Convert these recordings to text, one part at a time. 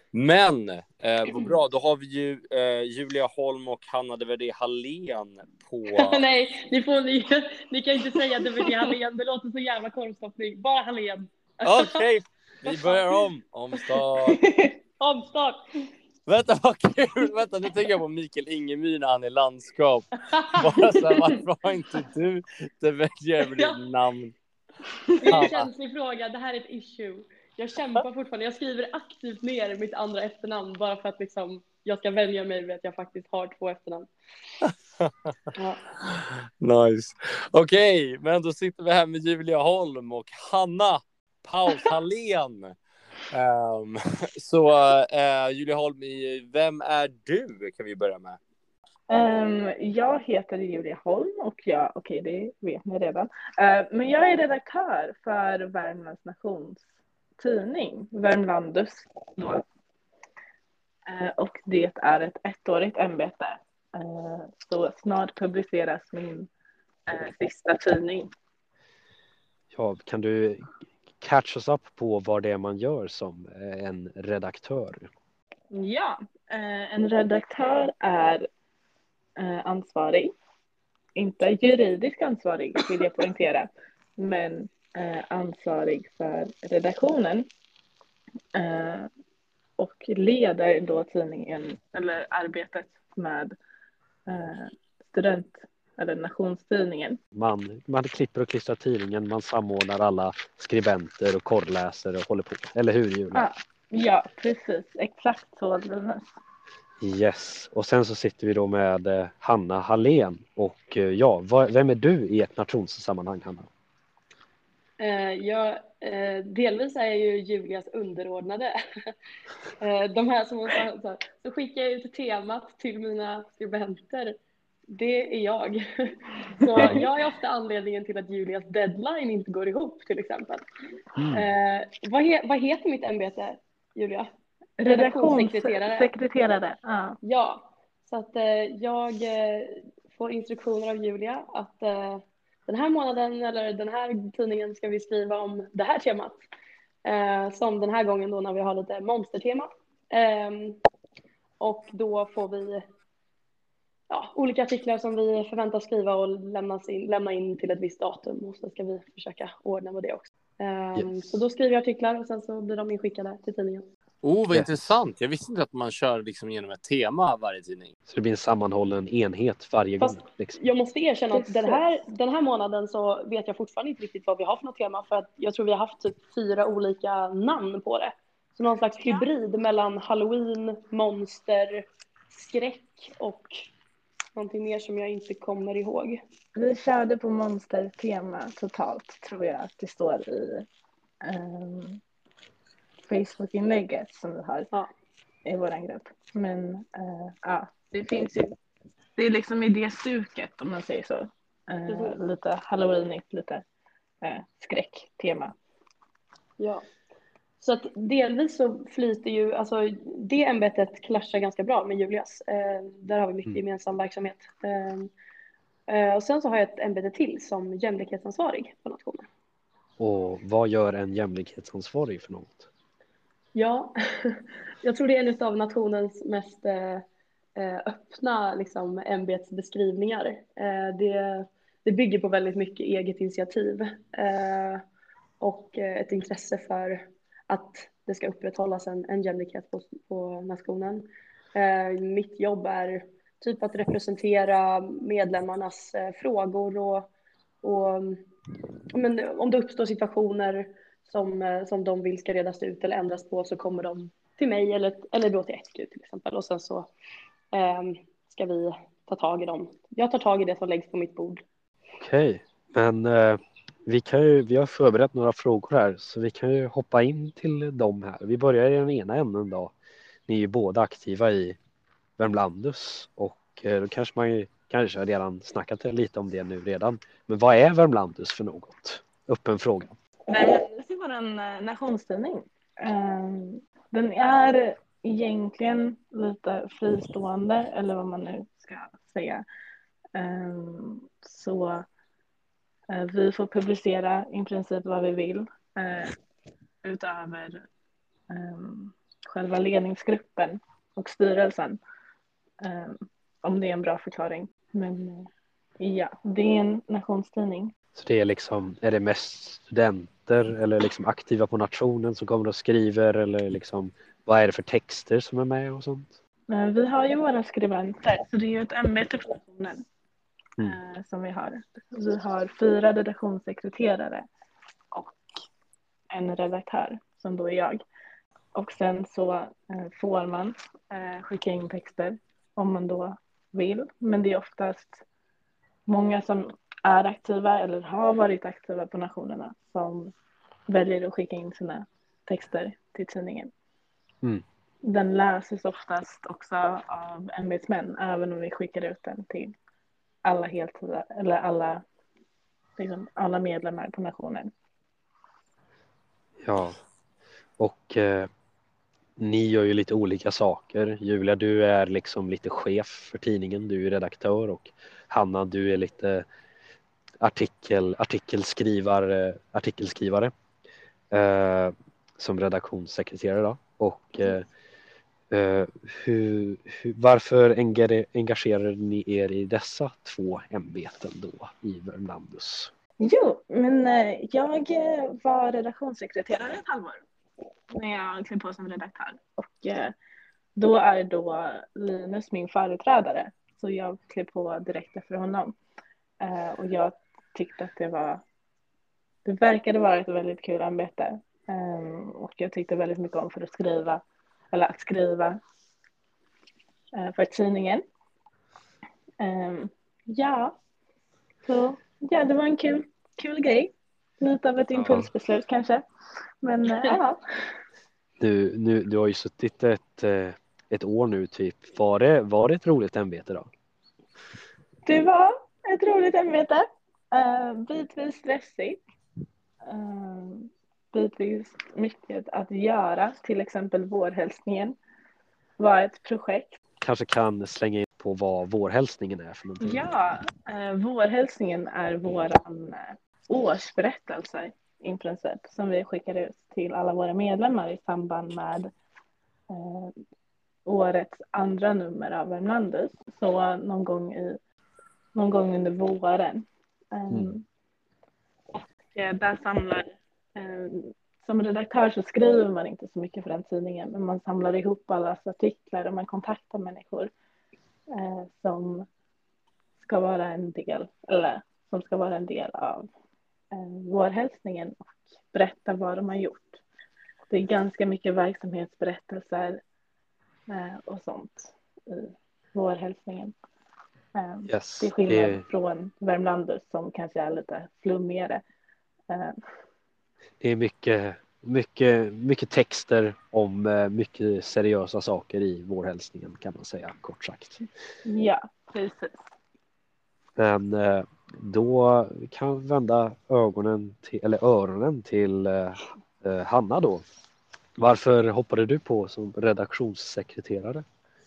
Men vad bra, då har vi ju Julia Holm och Hanna DVD Hallén på... Nej, ni kan inte säga DVD Hallén. Det låter så jävla korvstoppning. Bara Hallén. Okej, vi börjar om. Omstart. Omstart. Vänta, vad kul. Vänta, nu tänker jag på Mikael Ingemyr när han är landskap. Bara så här, varför har inte du det väljer ditt namn? Det är en känslig fråga. Det här är ett issue. Jag kämpar fortfarande. Jag skriver aktivt ner mitt andra efternamn bara för att liksom, jag ska välja mig med att jag faktiskt har 2 efternamn. Ja. Nice. Okej, men då sitter vi här med Julia Holm och Hanna Paus Hallén. Så Julia Holm, vem är du? Kan vi börja med. Jag heter Julia Holm och okej, det vet ni redan. Men jag är redaktör för Värmlands Nations tidning, Värmlandus. Och det är ett 1-årigt ämbete. Så snart publiceras min sista tidning. Ja, kan du catch us up på vad det är man gör som en redaktör? Ja, en redaktör är ansvarig. Inte juridisk ansvarig, vill jag poängtera. Men ansvarig för redaktionen. Och leder då tidningen, eller arbetet med student- eller nationstidningen. Man klipper och klistrar tidningen, man samordnar alla skribenter och korrläsare och håller på. Eller hur, Julia? Ja, precis. Exakt så. Yes, och sen så sitter vi då med Hanna Hallén. Och vem är du i ett nationssammanhang, Hanna? Delvis är jag ju Julias underordnade. De här som så skickar jag ut temat till mina skribenter. Det är jag. Så jag är ofta anledningen till att Julias deadline inte går ihop, till exempel. Vad heter mitt ämbete, Julia? Redaktionssekreterare. Ja, så att jag får instruktioner av Julia att den här månaden eller den här tidningen ska vi skriva om det här temat. Som den här gången då när vi har lite monstertema. Och då får vi olika artiklar som vi förväntas skriva och lämna in till ett visst datum. Och så ska vi försöka ordna med det också. Yes. Så då skriver jag artiklar och sen så blir de inskickade till tidningen. Vad intressant. Jag visste inte att man kör liksom genom ett tema varje tidning. Så det blir en sammanhållen enhet varje gång. Liksom. Jag måste erkänna att den här månaden så vet jag fortfarande inte riktigt vad vi har för något tema. För att jag tror vi har haft typ 4 olika namn på det. Så någon slags hybrid mellan Halloween, monster, skräck och någonting mer som jag inte kommer ihåg. Vi körde på monstertema totalt, tror jag att det står i Facebook-inlägget som vi har i vår grupp. Men det finns ju, det är liksom i det stuket om man säger så. Lite halloweenigt, lite skräcktema. Ja. Så att delvis så flyter ju, alltså det ämbetet klaschar ganska bra med Julias. Där har vi mycket gemensam verksamhet. Och sen så har jag ett ämbete till som jämlikhetsansvarig på nationen. Och vad gör en jämlikhetsansvarig för något? Ja, jag tror det är en av nationens mest öppna liksom, ämbetsbeskrivningar. Det bygger på väldigt mycket eget initiativ och ett intresse för att det ska upprätthållas en jämlikhet på nationen. Mitt jobb är typ att representera medlemmarnas frågor och men om det uppstår situationer som de vill ska redas ut eller ändras på så kommer de till mig eller då till SQ till exempel och sen så ska vi ta tag i dem. Jag tar tag i det som läggs på mitt bord. Okej, men vi har förberett några frågor här så vi kan ju hoppa in till dem här. Vi börjar i den ena änden då. Ni är ju båda aktiva i Värmlandus och då kanske man kanske har redan snackat lite om det nu redan. Men vad är Värmlandus för något? Öppen fråga. Värmlandus är vår nationstidning. Den är egentligen lite fristående eller vad man nu ska säga. Så vi får publicera i princip vad vi vill utöver själva ledningsgruppen och styrelsen. Om det är en bra förklaring. Men ja, det är en nationstidning. Så det är liksom, är det mest studenter eller liksom aktiva på nationen som kommer och skriver, eller liksom, vad är det för texter som är med och sånt? Vi har ju våra skribenter, så det är ju ett ämbete på nationen som vi har. Vi har 4 redaktionssekreterare och en redaktör som då är jag. Och sen så får man skicka in texter om man då vill. Men det är oftast många som är aktiva eller har varit aktiva på nationerna som väljer att skicka in sina texter till tidningen. Den läses oftast också av ämbetsmän, även om vi skickar ut den till alla heltida eller alla medlemmar på nationen. Ja, och ni gör ju lite olika saker. Julia, du är liksom lite chef för tidningen, du är redaktör, och Hanna, du är lite artikelskrivare som redaktionssekreterare då. Och varför engagerar ni er i dessa 2 ämbeten då i Värmlandus? Jo, men jag var redaktionssekreterare ett halvår när jag klev på som redaktör. Och då är Linus min företrädare. Så jag klev på direkt efter honom. Och jag tyckte att det verkade vara ett väldigt kul arbete. Och jag tyckte väldigt mycket om att skriva för tidningen. Så det var en kul grej. Lite av ett impulsbeslut kanske. Men ja. Du har ju suttit ett år nu typ. Var det ett roligt ämbete då? Det var ett roligt ämbete. Bitvis stressigt. Bitvis mycket att göra. Till exempel vårhälsningen var ett projekt. Kanske kan slänga in på vad vårhälsningen är för någonting. Ja, vårhälsningen är våran årsberättelse i princip som vi skickar ut till alla våra medlemmar i samband med årets andra nummer av Värmlandus. Så någon gång under våren. Och där samlar som redaktör så skriver man inte så mycket för den tidningen, men man samlar ihop alla artiklar och man kontaktar människor som ska vara en del av vårhälsningen och berätta vad de har gjort. Det är ganska mycket verksamhetsberättelser och sånt i vårhälsningen. Yes, till skillnad från Värmlandus som kanske är lite flummigare. Det är mycket texter om mycket seriösa saker i vårhälsningen, kan man säga, kort sagt. Ja, precis. Men då kan vi vända öronen till Hanna då. Varför hoppade du på som redaktionssekreterare?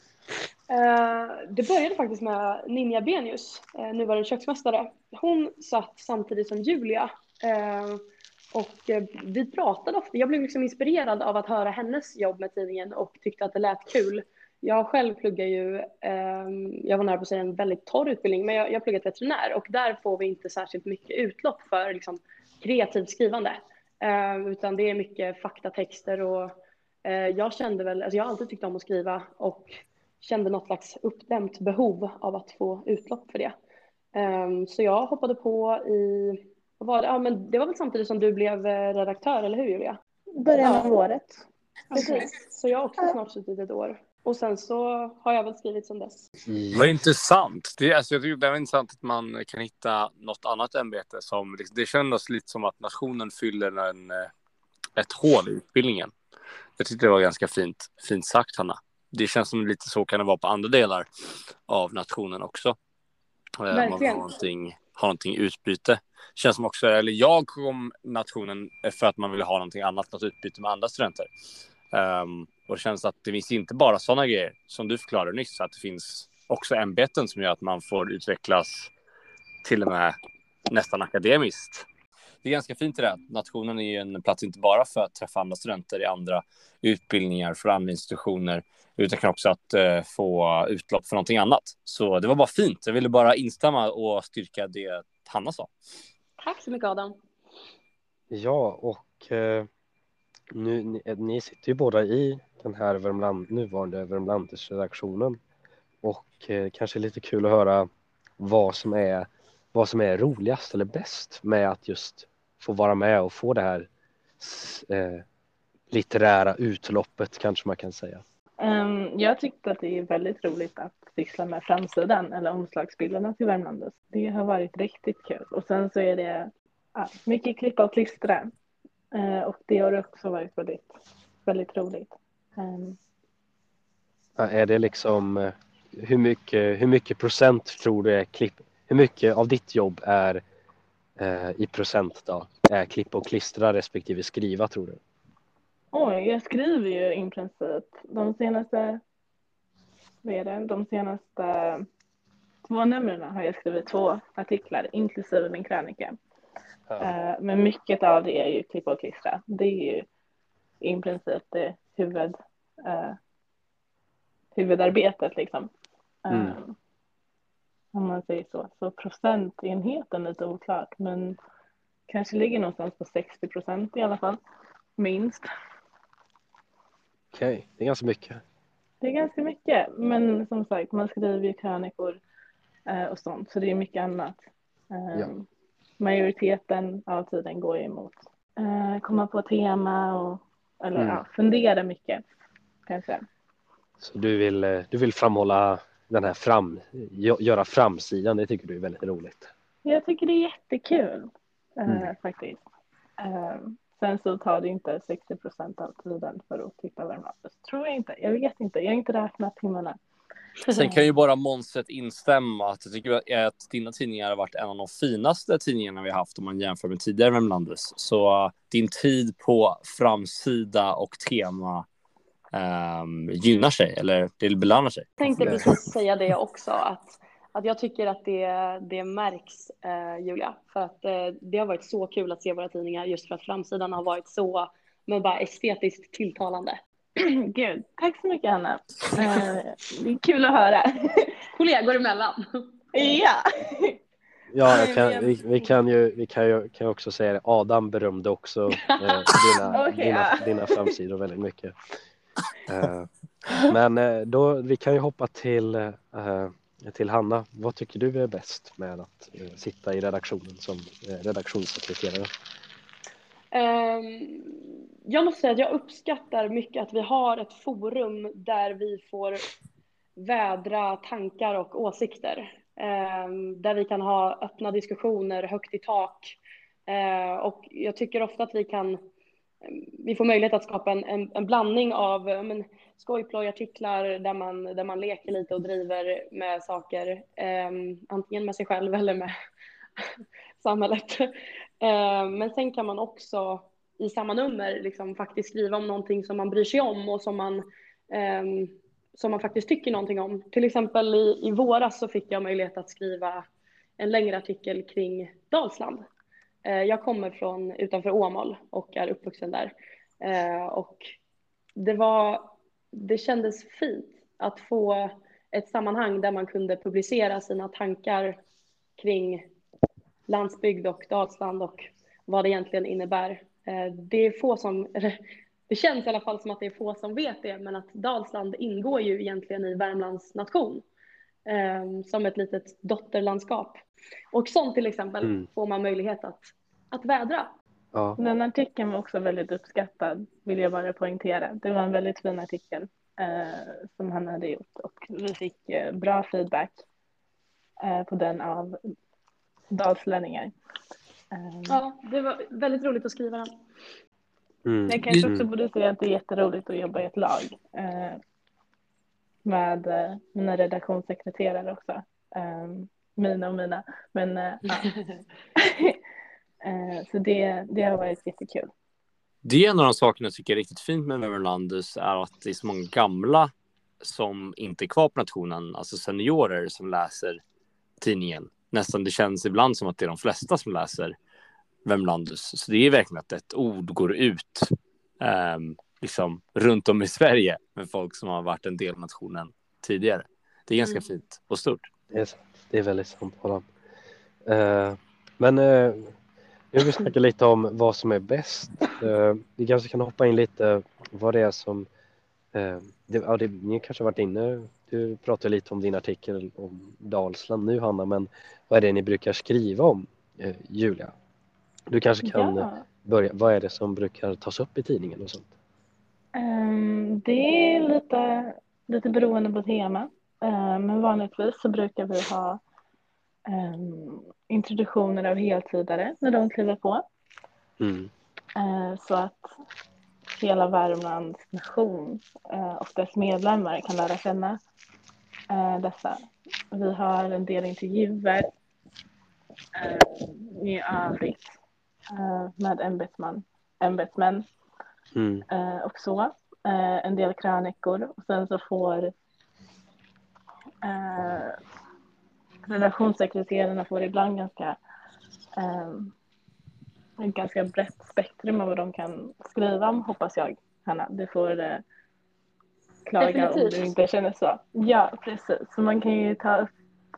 Det började faktiskt med Ninja Benius, nuvarande köksmästare. Hon satt samtidigt som Julia och vi pratade ofta. Jag blev liksom inspirerad av att höra hennes jobb med tidningen och tyckte att det lät kul. Jag själv pluggar ju, jag var nära på att säga en väldigt torr utbildning, men jag pluggat veterinär och där får vi inte särskilt mycket utlopp för liksom, kreativt skrivande. Utan det är mycket faktatexter och jag kände väl, alltså jag har alltid tyckt om att skriva och kände något slags uppdämt behov av att få utlopp för det. Så jag hoppade på men det var väl samtidigt som du blev redaktör, eller hur Julia? Början av året. Precis, så jag har också snart suttit ett år. Och sen så har jag väl skrivit som dess. Vad intressant. Jag tycker det är intressant att man kan hitta något annat ämbete som, det kändes lite som att nationen fyller ett hål i utbildningen. Jag tyckte det var ganska fint sagt, Hanna. Det känns som lite så kan det vara på andra delar av nationen också. Verkligen. Man har någonting utbyte. Känns som också, eller jag kom nationen för att man ville ha någonting annat, något utbyte med andra studenter. Och det känns att det finns inte bara sådana grejer som du förklarade nyss, att det finns också ämbeten som gör att man får utvecklas till och med nästan akademiskt. det är ganska fint det där. Nationen är ju en plats inte bara för att träffa andra studenter i andra utbildningar för andra institutioner, utan kan också att få utlopp för någonting annat. Så det var bara fint. Jag ville bara instämma och styrka det Hanna sa. Tack så mycket, Adam. Ja, och ni sitter ju båda i den här nuvarande Värmlanders-redaktionen, och kanske lite kul att höra vad som är roligast eller bäst med att just få vara med och få det här litterära utloppet, kanske man kan säga. Jag tyckte att det är väldigt roligt att syssla med framsidan eller omslagsbilderna till Värmlanders. Det har varit riktigt kul. Och sen så är det mycket klippa och klistra. Och det har också varit väldigt, väldigt roligt. Är det liksom hur mycket procent tror du är klipp? Hur mycket av ditt jobb är i procent då? Är klippa och klistra respektive skriva, tror du? Jag skriver ju i princip de senaste 2 numren har jag skrivit 2 artiklar inklusive min krönika. Ja. Men mycket av det är ju klippa och klistra. Det är ju i princip det huvudarbetet liksom. Om man säger så. Så procentenheten är lite oklart, men kanske ligger någonstans på 60% i alla fall. Minst. Okej, det är ganska mycket. Det är ganska mycket, men som sagt, man skriver ju krönikor och sånt, så det är mycket annat. Ja. Majoriteten av tiden går emot komma på tema och fundera mycket, kanske. Så du vill framhålla den här göra framsidan, det tycker du är väldigt roligt. Jag tycker det är jättekul faktiskt. Sen så tar det inte 60% av tiden för att titta Värmlanders. Tror jag inte. Jag vet inte. Jag har inte räknat timmarna. Sen kan ju bara Månset instämma att jag tycker att dina tidningar har varit en av de finaste tidningarna vi har haft om man jämför med tidigare Värmlanders. Så din tid på framsida och tema gynnar sig, eller det belönar sig. Jag tänkte precis säga det också, att jag tycker att det märks, Julia, för att det har varit så kul att se våra tidningar just för att framsidan har varit så, men bara estetiskt tilltalande. Gud, tack så mycket, Anna. Det är kul att höra. Kollegor emellan. Ja. Ja, vi kan också säga det. Adam berömde också dina framsidor väldigt mycket. Men då vi kan ju hoppa till Hanna. Vad tycker du är bäst med att sitta i redaktionen som redaktionssekreterare? Jag måste säga att jag uppskattar mycket att vi har ett forum där vi får vädra tankar och åsikter. Där vi kan ha öppna diskussioner högt i tak. Och jag tycker ofta att vi får möjlighet att skapa en blandning av skojplojartiklar där man leker lite och driver med saker. Antingen med sig själv eller med samhället. Men sen kan man också i samma nummer liksom faktiskt skriva om någonting som man bryr sig om och som man faktiskt tycker någonting om. Till exempel i våras så fick jag möjlighet att skriva en längre artikel kring Dalsland. Jag kommer från utanför Åmål och är uppvuxen där. Och det kändes fint att få ett sammanhang där man kunde publicera sina tankar kring landsbygd och Dalsland och vad det egentligen innebär. Det är det känns i alla fall som att det är få som vet det, men att Dalsland ingår ju egentligen i Värmlands nation som ett litet dotterlandskap. Och sånt till exempel får man möjlighet att vädra. Ja. Den artikeln var också väldigt uppskattad, vill jag bara poängtera. Det var en väldigt fin artikel som han hade gjort och vi fick bra feedback på den av dalslänningar. Ja, det var väldigt roligt att skriva den. Jag kanske också borde säga att det är jätteroligt att jobba i ett lag med mina redaktionssekreterare också. Mina. Men ja. Så det har varit jättekul. Det är en av de sakerna jag tycker är riktigt fint med Värmlanders är att det är så många gamla som inte är kvar på nationen, alltså seniorer som läser tidningen. Nästan det känns ibland som att det är de flesta som läser. Värmlandus. Så det är verkligen att ett ord går ut liksom runt om i Sverige med folk som har varit en del av nationen tidigare. Det är ganska fint och stort. Det är väldigt sant, Adam. Men jag vill snacka lite om vad som är bäst. Vi kanske kan hoppa in lite vad det är som ni kanske har varit inne. Du pratar lite om din artikel om Dalsland nu, Hanna, men vad är det ni brukar skriva om, Julia? Du kanske kan börja. Vad är det som brukar tas upp i tidningen och sånt? Det är lite beroende på tema. Men vanligtvis så brukar vi ha introduktioner av heltidare när de kliver på. Så att hela Värmlands nation och dess medlemmar kan lära känna dessa. Vi har en del intervjuer i övrigt med ämbetsmän och så. En del krönikor, och sen så får relationssekreterarna får ibland ganska brett spektrum av vad de kan skriva om, hoppas jag. Hanna, du får klaga om du inte känner så. Ja, precis. Så man kan ju ta upp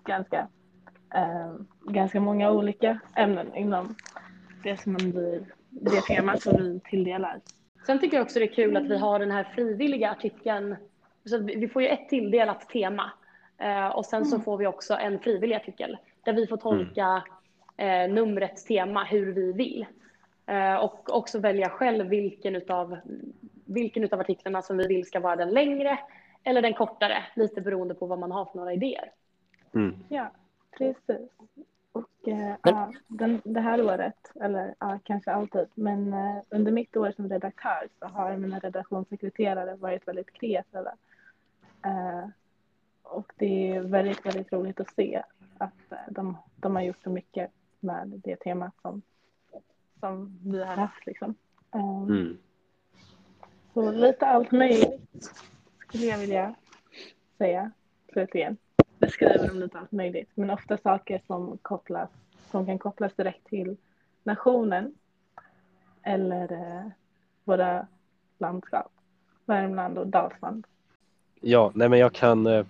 ganska många olika ämnen inom det tema som vi tilldelar. Sen tycker jag också det är kul att vi har den här frivilliga artikeln. Så vi får ju ett tilldelat tema. Och sen så får vi också en frivillig artikel där vi får tolka numrets tema hur vi vill. Och också välja själv vilken utav artiklarna som vi vill ska vara den längre eller den kortare. Lite beroende på vad man har för några idéer. Ja, precis. Och det här året, eller kanske alltid, men under mitt år som redaktör så har mina redaktionssekreterare varit väldigt kreativa. Och det är väldigt, väldigt roligt att se att de har gjort så mycket med det temat som vi har haft. Liksom. Så lite allt möjligt skulle jag vilja säga slutligen. Beskriver de lite allt möjligt, men ofta saker som kan kopplas direkt till nationen eller våra landskap, Värmland och Dalsland. Ja, nej men jag kan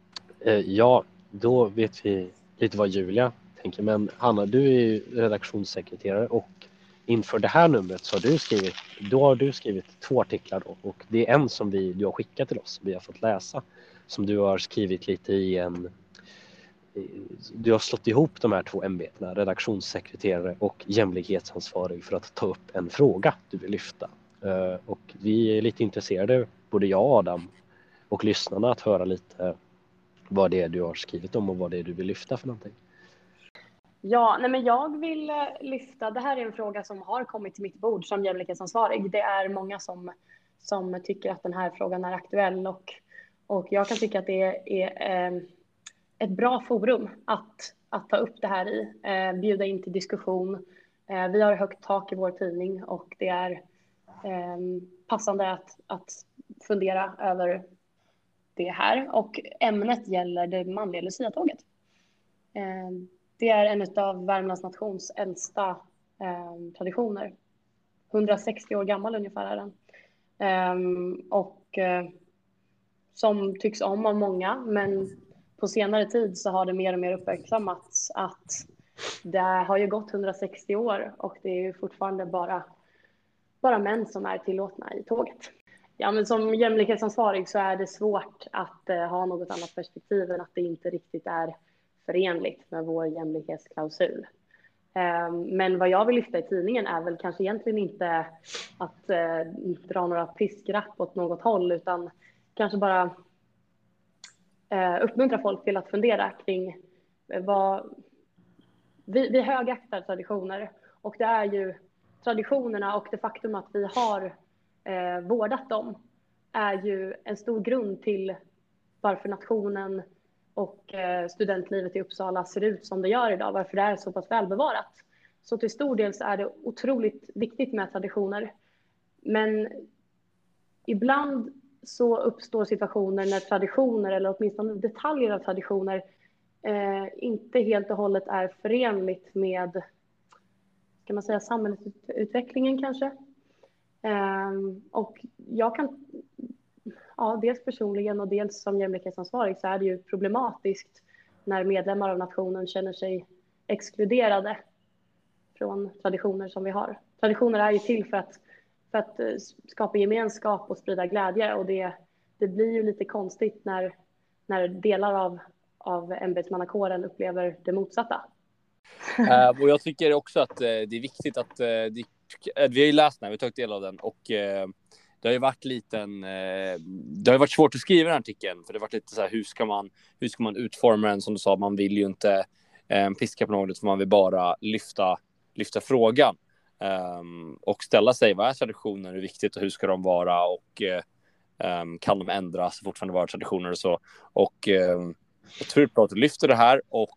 då vet vi lite vad Julia tänker, men Hanna, du är ju redaktionssekreterare och inför det här numret så har du skrivit 2 artiklar och det är en som du har skickat till oss, vi har fått läsa, som du har skrivit lite du har slått ihop de här 2 ämbetena, redaktionssekreterare och jämlikhetsansvarig, för att ta upp en fråga du vill lyfta. Och vi är lite intresserade, både jag och Adam och lyssnarna, att höra lite vad det är du har skrivit om och vad det är du vill lyfta för någonting. Ja, men jag vill lyfta, det här är en fråga som har kommit till mitt bord som jämlikhetsansvarig. Det är många som tycker att den här frågan är aktuell och jag kan tycka att det är ett bra forum att ta upp det här i, bjuda in till diskussion. Vi har högt tak i vår tidning och det är passande att fundera över det här. Och ämnet gäller det manliga Lucia-tåget. Det är en av Värmlands nations äldsta traditioner. 160 år gammal ungefär är den. Som tycks om av många, men på senare tid så har det mer och mer uppmärksammats att det har ju gått 160 år och det är ju fortfarande bara män som är tillåtna i tåget. Ja, men som jämlikhetsansvarig så är det svårt att ha något annat perspektiv än att det inte riktigt är förenligt med vår jämlikhetsklausul. Men vad jag vill lyfta i tidningen är väl kanske egentligen inte att dra några piskrapp åt något håll, utan kanske bara uppmuntra folk till att fundera kring vad vi högaktar traditioner, och det är ju traditionerna och det faktum att vi har vårdat dem är ju en stor grund till varför nationen och studentlivet i Uppsala ser ut som det gör idag, varför det är så pass välbevarat. Så till stor del så är det otroligt viktigt med traditioner. Men ibland så uppstår situationer när traditioner, eller åtminstone detaljer av traditioner, inte helt och hållet är förenligt med ska man säga, samhällsutvecklingen kanske. Och jag kan, dels personligen och dels som jämlikhetsansvarig så är det ju problematiskt när medlemmar av nationen känner sig exkluderade från traditioner som vi har. Traditioner är ju till för att skapa gemenskap och sprida glädje, och det blir ju lite konstigt när delar av ämbetsmannakåren upplever det motsatta. Och jag tycker också att det är viktigt att vi har ju läst den här, vi har tagit del av den, och det har ju varit det har varit svårt att skriva den artikeln, för det har varit lite så här, hur ska man utforma den, som du sa, man vill ju inte piska på något, för man vill bara lyfta frågan och ställa sig, vad är traditioner, hur viktigt och hur ska de vara, och kan de ändras, fortfarande vara traditioner och så, och jag tror att du lyfter det här, och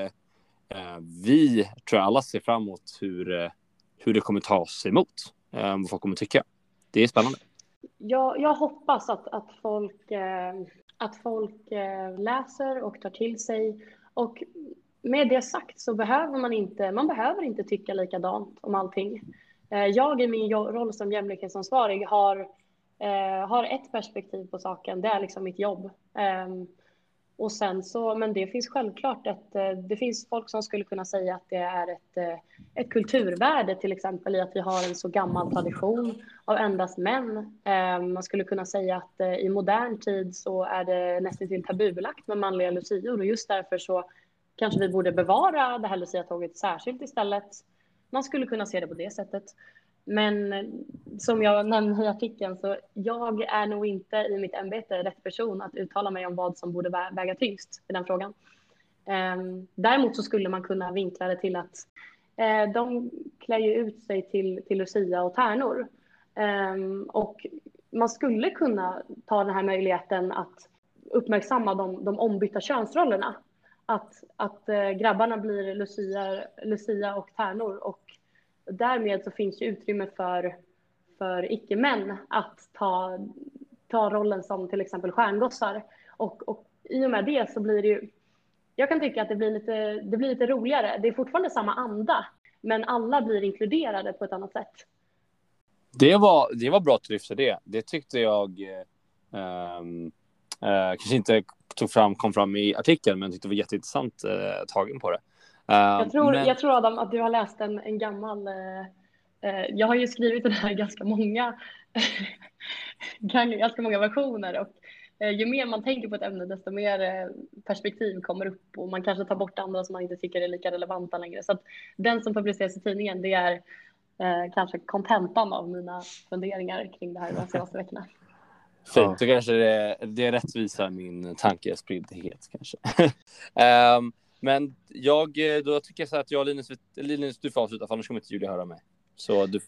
vi tror alla ser fram emot hur det kommer ta sig emot, vad folk kommer tycka. Det är spännande. Jag hoppas att folk läser och tar till sig, och med det sagt så behöver man behöver inte tycka likadant om allting. Jag i min roll som jämlikhetsansvarig har ett perspektiv på saken, det är liksom mitt jobb. Och sen så, men det finns självklart det finns folk som skulle kunna säga att det är ett kulturvärde, till exempel, i att vi har en så gammal tradition av endast män. Man skulle kunna säga att i modern tid så är det nästan till tabubelagt med manliga lucior, och just därför så kanske vi borde bevara det här luciatåget särskilt istället. Man skulle kunna se det på det sättet. Men som jag nämnde i artikeln, så jag är nog inte i mitt ämbete rätt person att uttala mig om vad som borde väga tyngst i den frågan. Däremot så skulle man kunna vinkla det till att de klär ju ut sig till Lucia och tärnor. Och man skulle kunna ta den här möjligheten att uppmärksamma de ombytta könsrollerna. Att grabbarna blir Lucia och tärnor, och därmed så finns ju utrymme för icke-män att ta rollen som till exempel stjärngossar. Och i och med det så blir det ju, jag kan tycka att det blir lite roligare. Det är fortfarande samma anda, men alla blir inkluderade på ett annat sätt. Det var bra att du lyfte det. Det tyckte jag kanske inte kom fram i artikeln, men jag tyckte det var jätteintressant tagen på det. Jag tror Adam att du har läst en gammal jag har ju skrivit den här ganska många versioner, och ju mer man tänker på ett ämne desto mer perspektiv kommer upp, och man kanske tar bort andra som man inte tycker är lika relevanta längre. Så att den som publiceras i tidningen, det är kanske kontentan av mina funderingar kring det här de senaste veckorna. Fint, då kanske det rättvisar min tankespriddhet kanske. Men då tycker jag så att Linus, du får avsluta, för annars kommer inte Julia höra mig. Så du...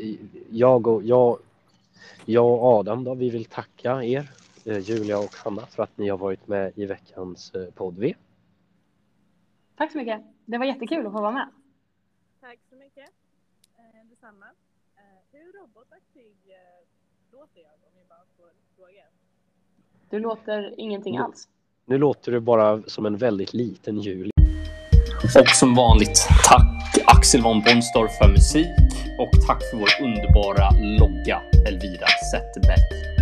Jag och Adam då, vi vill tacka er, Julia och Hanna, för att ni har varit med i veckans podd-V. Tack så mycket. Det var jättekul att få vara med. Tack så mycket. Detsamma. Hur robotaktig låter jag, om jag bara får fråga? Du låter ingenting alls. Nu låter du bara som en väldigt liten Julia. Och som vanligt, tack Axel von Bonstorff för musik, och tack för vår underbara logga, Elvira Zetterberg.